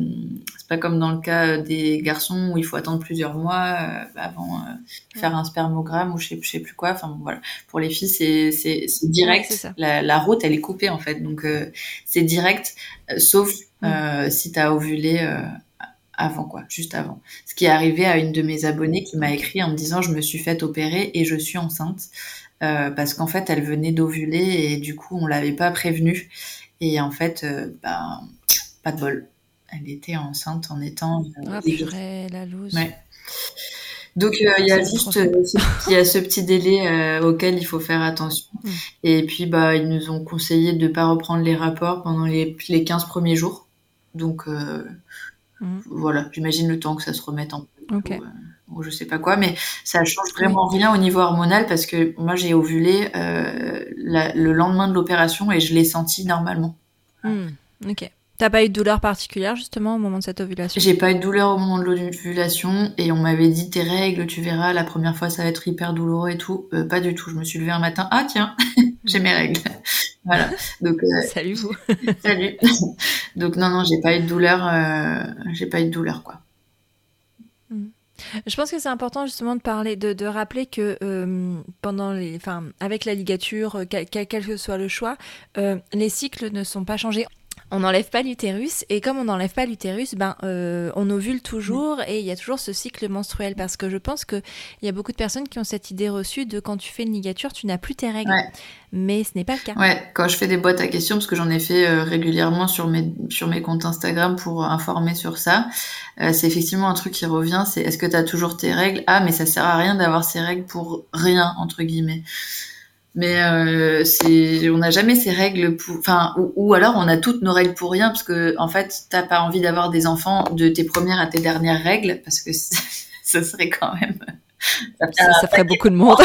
des garçons où il faut attendre plusieurs mois avant faire un spermogramme ou je sais plus quoi. Enfin bon, voilà. Pour les filles c'est direct. C'est la route elle est coupée en fait, donc c'est direct, sauf si t'as ovulé avant quoi, juste avant. Ce qui est arrivé à une de mes abonnées qui m'a écrit en me disant je me suis fait opérer et je suis enceinte. Parce qu'en fait, elle venait d'ovuler et du coup, on l'avait pas prévenue. Et en fait, pas de bol. Elle était enceinte en étant... purée, la loose. Ouais. Donc, il y a juste ce petit délai auquel il faut faire attention. Et puis, ils nous ont conseillé de pas reprendre les rapports pendant les 15 premiers jours. Donc, voilà, j'imagine le temps que ça se remette en place. Ou je sais pas quoi, mais ça change vraiment rien au niveau hormonal parce que moi j'ai ovulé le lendemain de l'opération et je l'ai senti normalement. Ok. T'as pas eu de douleur particulière justement au moment de cette ovulation? J'ai pas eu de douleur au moment de l'ovulation et on m'avait dit tes règles, tu verras, la première fois ça va être hyper douloureux et tout. Pas du tout, je me suis levée un matin, ah tiens, j'ai mes règles. Voilà. Donc salut vous. Salut. Donc non, j'ai pas eu de douleur quoi. Je pense que c'est important justement de parler, de rappeler que avec la ligature, quel que soit le choix, les cycles ne sont pas changés. On n'enlève pas l'utérus et comme on n'enlève pas l'utérus, on ovule toujours et il y a toujours ce cycle menstruel parce que je pense qu'il y a beaucoup de personnes qui ont cette idée reçue de quand tu fais une ligature, tu n'as plus tes règles. Ouais. Mais ce n'est pas le cas. Ouais, quand je fais des boîtes à questions, parce que j'en ai fait régulièrement sur mes comptes Instagram pour informer sur ça, c'est effectivement un truc qui revient, c'est est-ce que tu as toujours tes règles? Ah, mais ça sert à rien d'avoir ces règles pour rien, entre guillemets. Mais on n'a jamais ces règles ou alors on a toutes nos règles pour rien parce que en fait t'as pas envie d'avoir des enfants de tes premières à tes dernières règles parce que ça serait quand même ça ferait beaucoup de monde.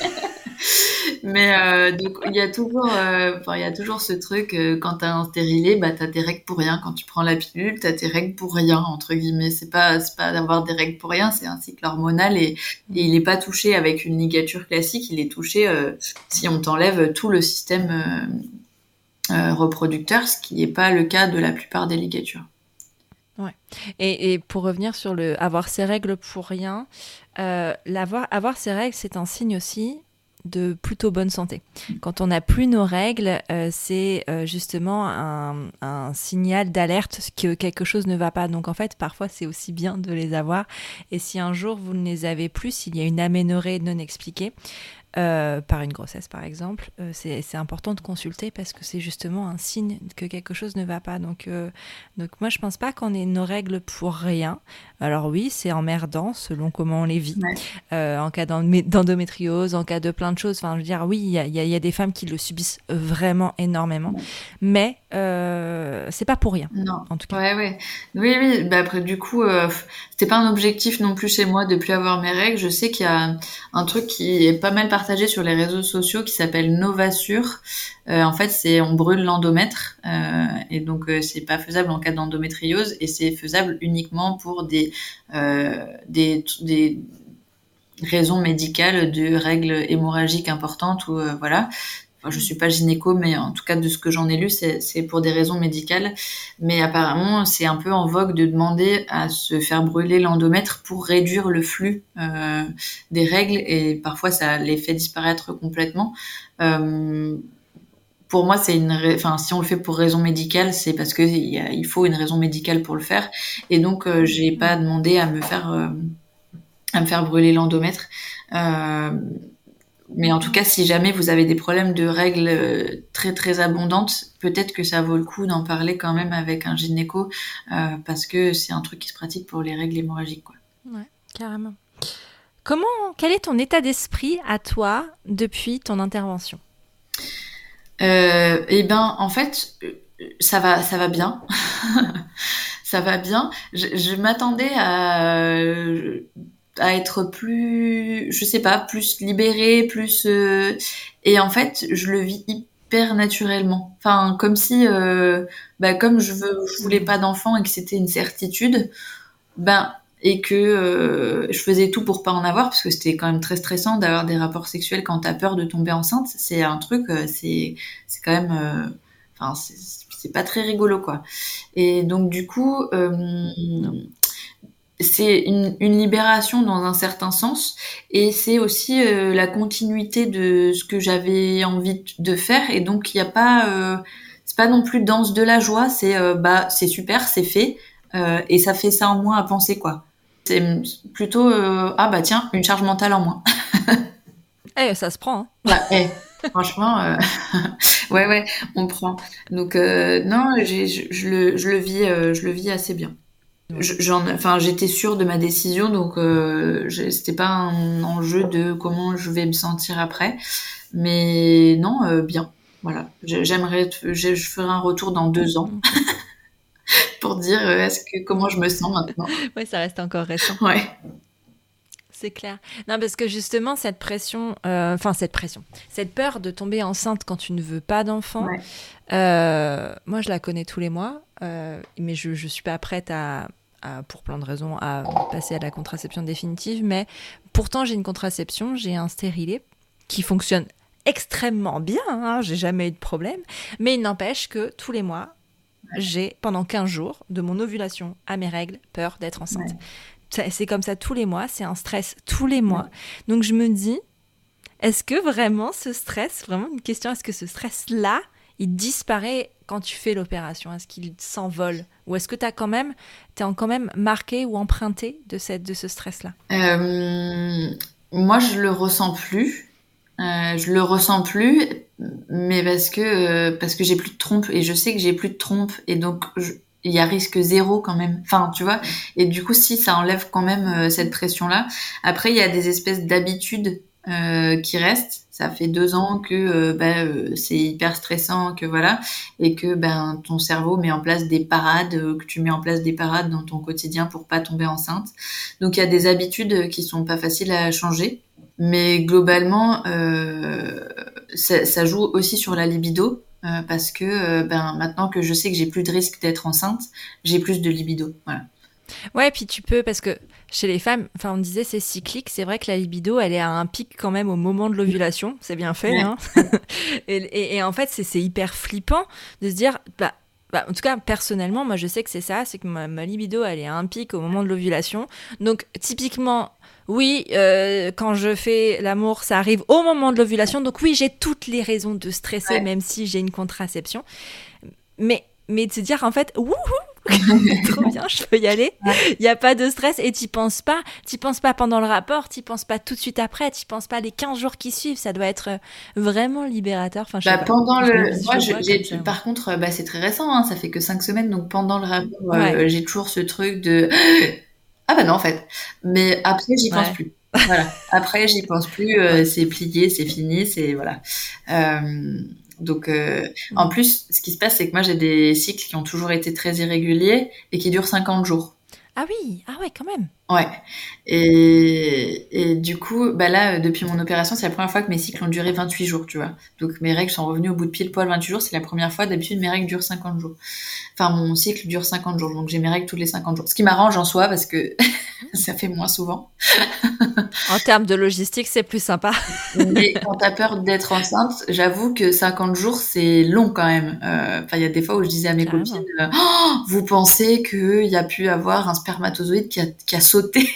Mais donc il y a toujours ce truc quand t'as un stérilé, t'as tes règles pour rien. Quand tu prends la pilule, t'as tes règles pour rien entre guillemets. C'est pas d'avoir des règles pour rien, c'est un cycle hormonal et il est pas touché avec une ligature classique. Il est touché si on t'enlève tout le système reproducteur, ce qui n'est pas le cas de la plupart des ligatures. Ouais. Et pour revenir sur avoir ses règles pour rien, avoir ses règles, c'est un signe aussi de plutôt bonne santé. Quand on n'a plus nos règles, c'est justement un signal d'alerte que quelque chose ne va pas. Donc en fait, parfois, c'est aussi bien de les avoir. Et si un jour, vous ne les avez plus, s'il y a une aménorrhée non expliquée, par une grossesse par exemple, c'est important de consulter parce que c'est justement un signe que quelque chose ne va pas. Donc moi je pense pas qu'on ait nos règles pour rien. Alors oui, c'est emmerdant selon comment on les vit, en cas d'endométriose, en cas de plein de choses. Enfin, je veux dire, oui, il y a des femmes qui le subissent vraiment énormément, mais c'est pas pour rien. Non. En tout cas. Oui. Après, du coup, c'était pas un objectif non plus chez moi de plus avoir mes règles. Je sais qu'il y a un truc qui est pas mal partagé sur les réseaux sociaux qui s'appelle Novasure. En fait, on brûle l'endomètre et donc c'est pas faisable en cas d'endométriose et c'est faisable uniquement pour des raisons médicales de règles hémorragiques importantes ou voilà. je suis pas gynéco, mais en tout cas de ce que j'en ai lu, c'est pour des raisons médicales. Mais apparemment, c'est un peu en vogue de demander à se faire brûler l'endomètre pour réduire le flux des règles, et parfois ça les fait disparaître complètement. Pour moi, si on le fait pour raison médicale, c'est parce que il faut une raison médicale pour le faire. Et donc, j'ai pas demandé à me faire brûler l'endomètre. Mais en tout cas, si jamais vous avez des problèmes de règles très très abondantes, peut-être que ça vaut le coup d'en parler quand même avec un gynéco, parce que c'est un truc qui se pratique pour les règles hémorragiques, quoi. Ouais, carrément. Quel est ton état d'esprit à toi depuis ton intervention ? En fait, ça va bien. Ça va bien. Je m'attendais à être plus, je sais pas, plus libérée, plus et en fait, je le vis hyper naturellement. Enfin, comme si comme je voulais pas d'enfant et que c'était une certitude, et que je faisais tout pour pas en avoir, parce que c'était quand même très stressant d'avoir des rapports sexuels quand t'as peur de tomber enceinte. C'est un truc, c'est quand même, c'est pas très rigolo, quoi. Et donc du coup, c'est une libération dans un certain sens, et c'est aussi la continuité de ce que j'avais envie de faire. Et donc il y a pas, c'est pas non plus danse de la joie, c'est super, c'est fait, et ça fait ça en moins à penser, quoi. C'est plutôt tiens, une charge mentale en moins. Ça se prend, hein. Franchement, ouais, on prend. Donc non, je le vis assez bien. J'étais sûre de ma décision, donc c'était pas un enjeu de comment je vais me sentir après. Mais non, bien. Voilà. Je ferai un retour dans 2 ans pour dire comment je me sens maintenant. Ouais, ça reste encore récent. Ouais. C'est clair. Non, parce que justement, cette peur de tomber enceinte quand tu ne veux pas d'enfant, moi, je la connais tous les mois, mais je suis pas prête pour plein de raisons, à passer à la contraception définitive. Mais pourtant, j'ai une contraception, j'ai un stérilet qui fonctionne extrêmement bien, hein, j'ai jamais eu de problème. Mais il n'empêche que tous les mois, j'ai, pendant 15 jours, de mon ovulation à mes règles, peur d'être enceinte. C'est comme ça tous les mois, c'est un stress tous les mois. Donc je me dis, est-ce que vraiment ce stress, vraiment une question, est-ce que ce stress-là, il disparaît quand tu fais l'opération ? Est-ce qu'il s'envole ? Ou est-ce que t'es quand même marqué ou emprunté de ce stress-là ? Moi, je le ressens plus. Mais parce que j'ai plus de trompe, et je sais que j'ai plus de trompe, et donc il y a risque zéro quand même. Enfin, tu vois. Et du coup, si ça enlève quand même cette pression-là. Après, il y a des espèces d'habitudes qui restent. Ça fait 2 ans que c'est hyper stressant, que voilà, et que ton cerveau met en place des parades, que tu mets en place des parades dans ton quotidien pour pas tomber enceinte. Donc il y a des habitudes qui sont pas faciles à changer. Mais globalement, ça joue aussi sur la libido, parce que maintenant que je sais que j'ai plus de risque d'être enceinte, j'ai plus de libido. Voilà. Ouais, puis tu peux, parce que chez les femmes, enfin on disait c'est cyclique, c'est vrai que la libido, elle est à un pic quand même au moment de l'ovulation, c'est bien fait, hein. et en fait, c'est hyper flippant de se dire, en tout cas, personnellement, moi je sais que c'est ça, c'est que ma libido, elle est à un pic au moment de l'ovulation. Donc typiquement, oui, quand je fais l'amour, ça arrive au moment de l'ovulation, donc oui, j'ai toutes les raisons de stresser, même si j'ai une contraception. Mais de se dire, en fait, wouhou, trop bien, je peux y aller. Il n'y a pas de stress, et t'y penses pas pendant le rapport, t'y penses pas tout de suite après, t'y penses pas les 15 jours qui suivent. Ça doit être vraiment libérateur. Enfin, je sais pas. Moi, par contre, c'est très récent, hein, ça fait que 5 semaines, donc pendant le rapport, j'ai toujours ce truc de ah non, en fait. Mais après, j'y pense plus. Voilà. Après, j'y pense plus, c'est plié, c'est fini, c'est voilà. Donc, en plus, ce qui se passe, c'est que moi, j'ai des cycles qui ont toujours été très irréguliers et qui durent 50 jours. Ah oui, ah ouais, quand même. Ouais. Et du coup, bah là, depuis mon opération, c'est la première fois que mes cycles ont duré 28 jours, tu vois. Donc mes règles sont revenues au bout de pile poil 28 jours. C'est la première fois. D'habitude, mes règles durent 50 jours. Enfin, mon cycle dure 50 jours. Donc j'ai mes règles tous les 50 jours. Ce qui m'arrange en soi parce que ça fait moins souvent. En termes de logistique, c'est plus sympa. Mais quand t'as peur d'être enceinte, j'avoue que 50 jours, c'est long quand même. Enfin, il y a des fois où je disais à mes Carrément. copines, oh, vous pensez qu'il y a pu avoir un spermatozoïde qui a sauté?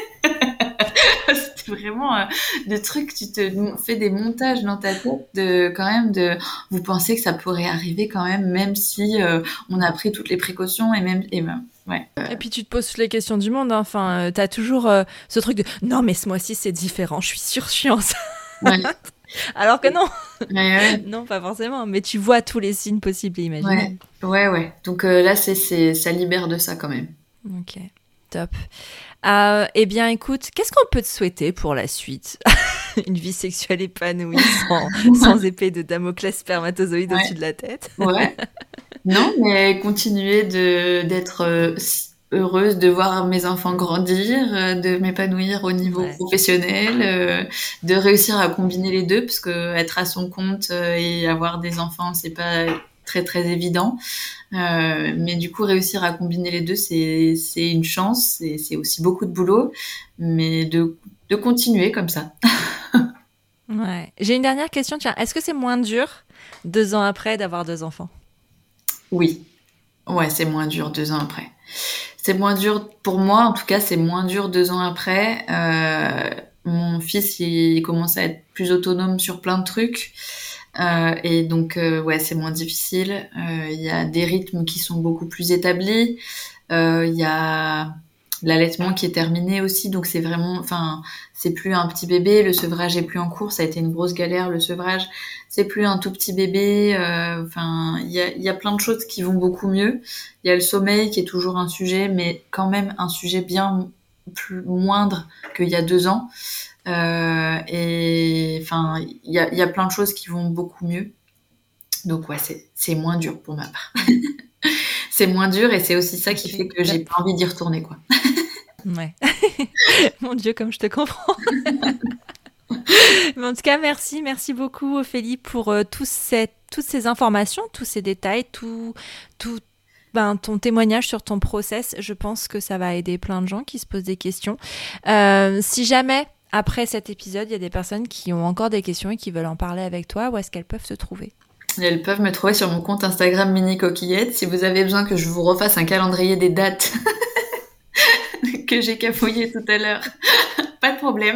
C'était vraiment des trucs, tu te fais des montages dans ta tête vous pensez que ça pourrait arriver quand même si on a pris toutes les précautions ouais. Et puis tu te poses toutes les questions du monde. Hein. Enfin, t'as toujours ce truc de non, mais ce mois-ci c'est différent. Je suis sûre, je suis enceinte. Ouais. Alors que non. Ouais. Non, pas forcément. Mais tu vois tous les signes possibles et imaginables. Ouais. Donc là, ça libère de ça quand même. Ok, top. Eh bien, écoute, qu'est-ce qu'on peut te souhaiter pour la suite? Une vie sexuelle épanouie, sans épée de Damoclès spermatozoïde au-dessus de la tête. Ouais. Non, mais continuer d'être heureuse de voir mes enfants grandir, de m'épanouir au niveau professionnel, de réussir à combiner les deux, parce que être à son compte et avoir des enfants, c'est pas très très évident. Mais du coup, réussir à combiner les deux, c'est une chance, et c'est aussi beaucoup de boulot, mais de continuer comme ça. Ouais. J'ai une dernière question. Tiens, est-ce que c'est moins dur 2 ans après d'avoir 2 enfants? Oui. Ouais, c'est moins dur 2 ans après. C'est moins dur pour moi, en tout cas, c'est moins dur 2 ans après. Mon fils, il commence à être plus autonome sur plein de trucs. Et donc, ouais, c'est moins difficile. Il y a des rythmes qui sont beaucoup plus établis. Il y a l'allaitement qui est terminé aussi, donc c'est vraiment, enfin, c'est plus un petit bébé. Le sevrage est plus en cours. Ça a été une grosse galère, le sevrage. C'est plus un tout petit bébé. Enfin, il y a plein de choses qui vont beaucoup mieux. Il y a le sommeil qui est toujours un sujet, mais quand même un sujet bien plus moindre qu'il y a 2 ans. Et enfin, il y a plein de choses qui vont beaucoup mieux. Donc ouais, c'est moins dur pour ma part. C'est moins dur et c'est aussi ça qui fait que j'ai pas envie d'y retourner, quoi. Ouais. Mon Dieu, comme je te comprends. Mais en tout cas, merci beaucoup Ophélie pour toutes ces informations, tous ces détails, tout ton témoignage sur ton process. Je pense que ça va aider plein de gens qui se posent des questions. Si jamais après cet épisode, il y a des personnes qui ont encore des questions et qui veulent en parler avec toi, où est-ce qu'elles peuvent se trouver? Elles peuvent me trouver sur mon compte Instagram Mini Coquillette. Si vous avez besoin que je vous refasse un calendrier des dates que j'ai cafouillé tout à l'heure, pas de problème.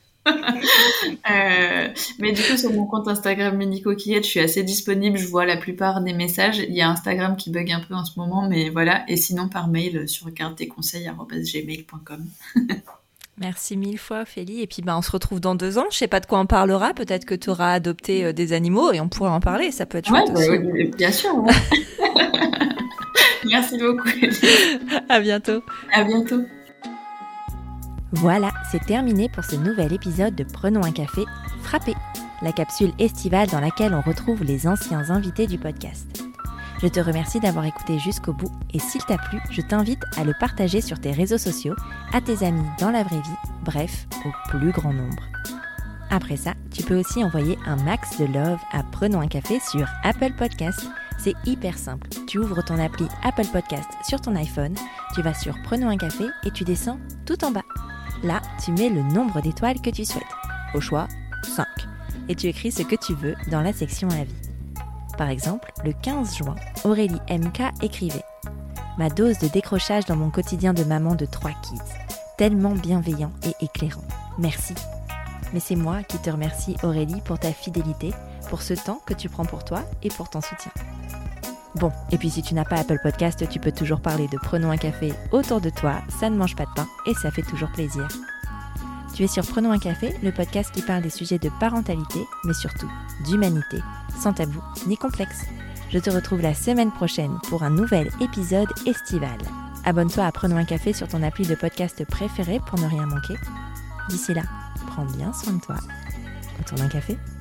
Mais du coup, sur mon compte Instagram Mini Coquillette, je suis assez disponible. Je vois la plupart des messages. Il y a Instagram qui bug un peu en ce moment, mais voilà. Et sinon, par mail sur cardetconseils@gmail.com. Merci 1000 fois Ophélie. Et puis on se retrouve dans 2 ans. Je sais pas de quoi on parlera. Peut-être que tu auras adopté des animaux et on pourra en parler. Ça peut être chouette aussi. Oui, bien sûr. Ouais. Merci beaucoup. À bientôt. À bientôt. Voilà, c'est terminé pour ce nouvel épisode de Prenons un café frappé, la capsule estivale dans laquelle on retrouve les anciens invités du podcast. Je te remercie d'avoir écouté jusqu'au bout et s'il t'a plu, je t'invite à le partager sur tes réseaux sociaux, à tes amis dans la vraie vie, bref, au plus grand nombre. Après ça, tu peux aussi envoyer un max de love à Prenons un café sur Apple Podcast. C'est hyper simple. Tu ouvres ton appli Apple Podcast sur ton iPhone, tu vas sur Prenons un café et tu descends tout en bas. Là, tu mets le nombre d'étoiles que tu souhaites. Au choix, 5. Et tu écris ce que tu veux dans la section avis. Par exemple, le 15 juin, Aurélie MK écrivait « Ma dose de décrochage dans mon quotidien de maman de 3 kids. Tellement bienveillant et éclairant. Merci. » Mais c'est moi qui te remercie Aurélie pour ta fidélité, pour ce temps que tu prends pour toi et pour ton soutien. Bon, et puis si tu n'as pas Apple Podcast, tu peux toujours parler de Prenons un café autour de toi, ça ne mange pas de pain et ça fait toujours plaisir. Tu es sur Prenons un café, le podcast qui parle des sujets de parentalité, mais surtout d'humanité, sans tabou ni complexe. Je te retrouve la semaine prochaine pour un nouvel épisode estival. Abonne-toi à Prenons un café sur ton appli de podcast préféré pour ne rien manquer. D'ici là, prends bien soin de toi. Autour d'un café.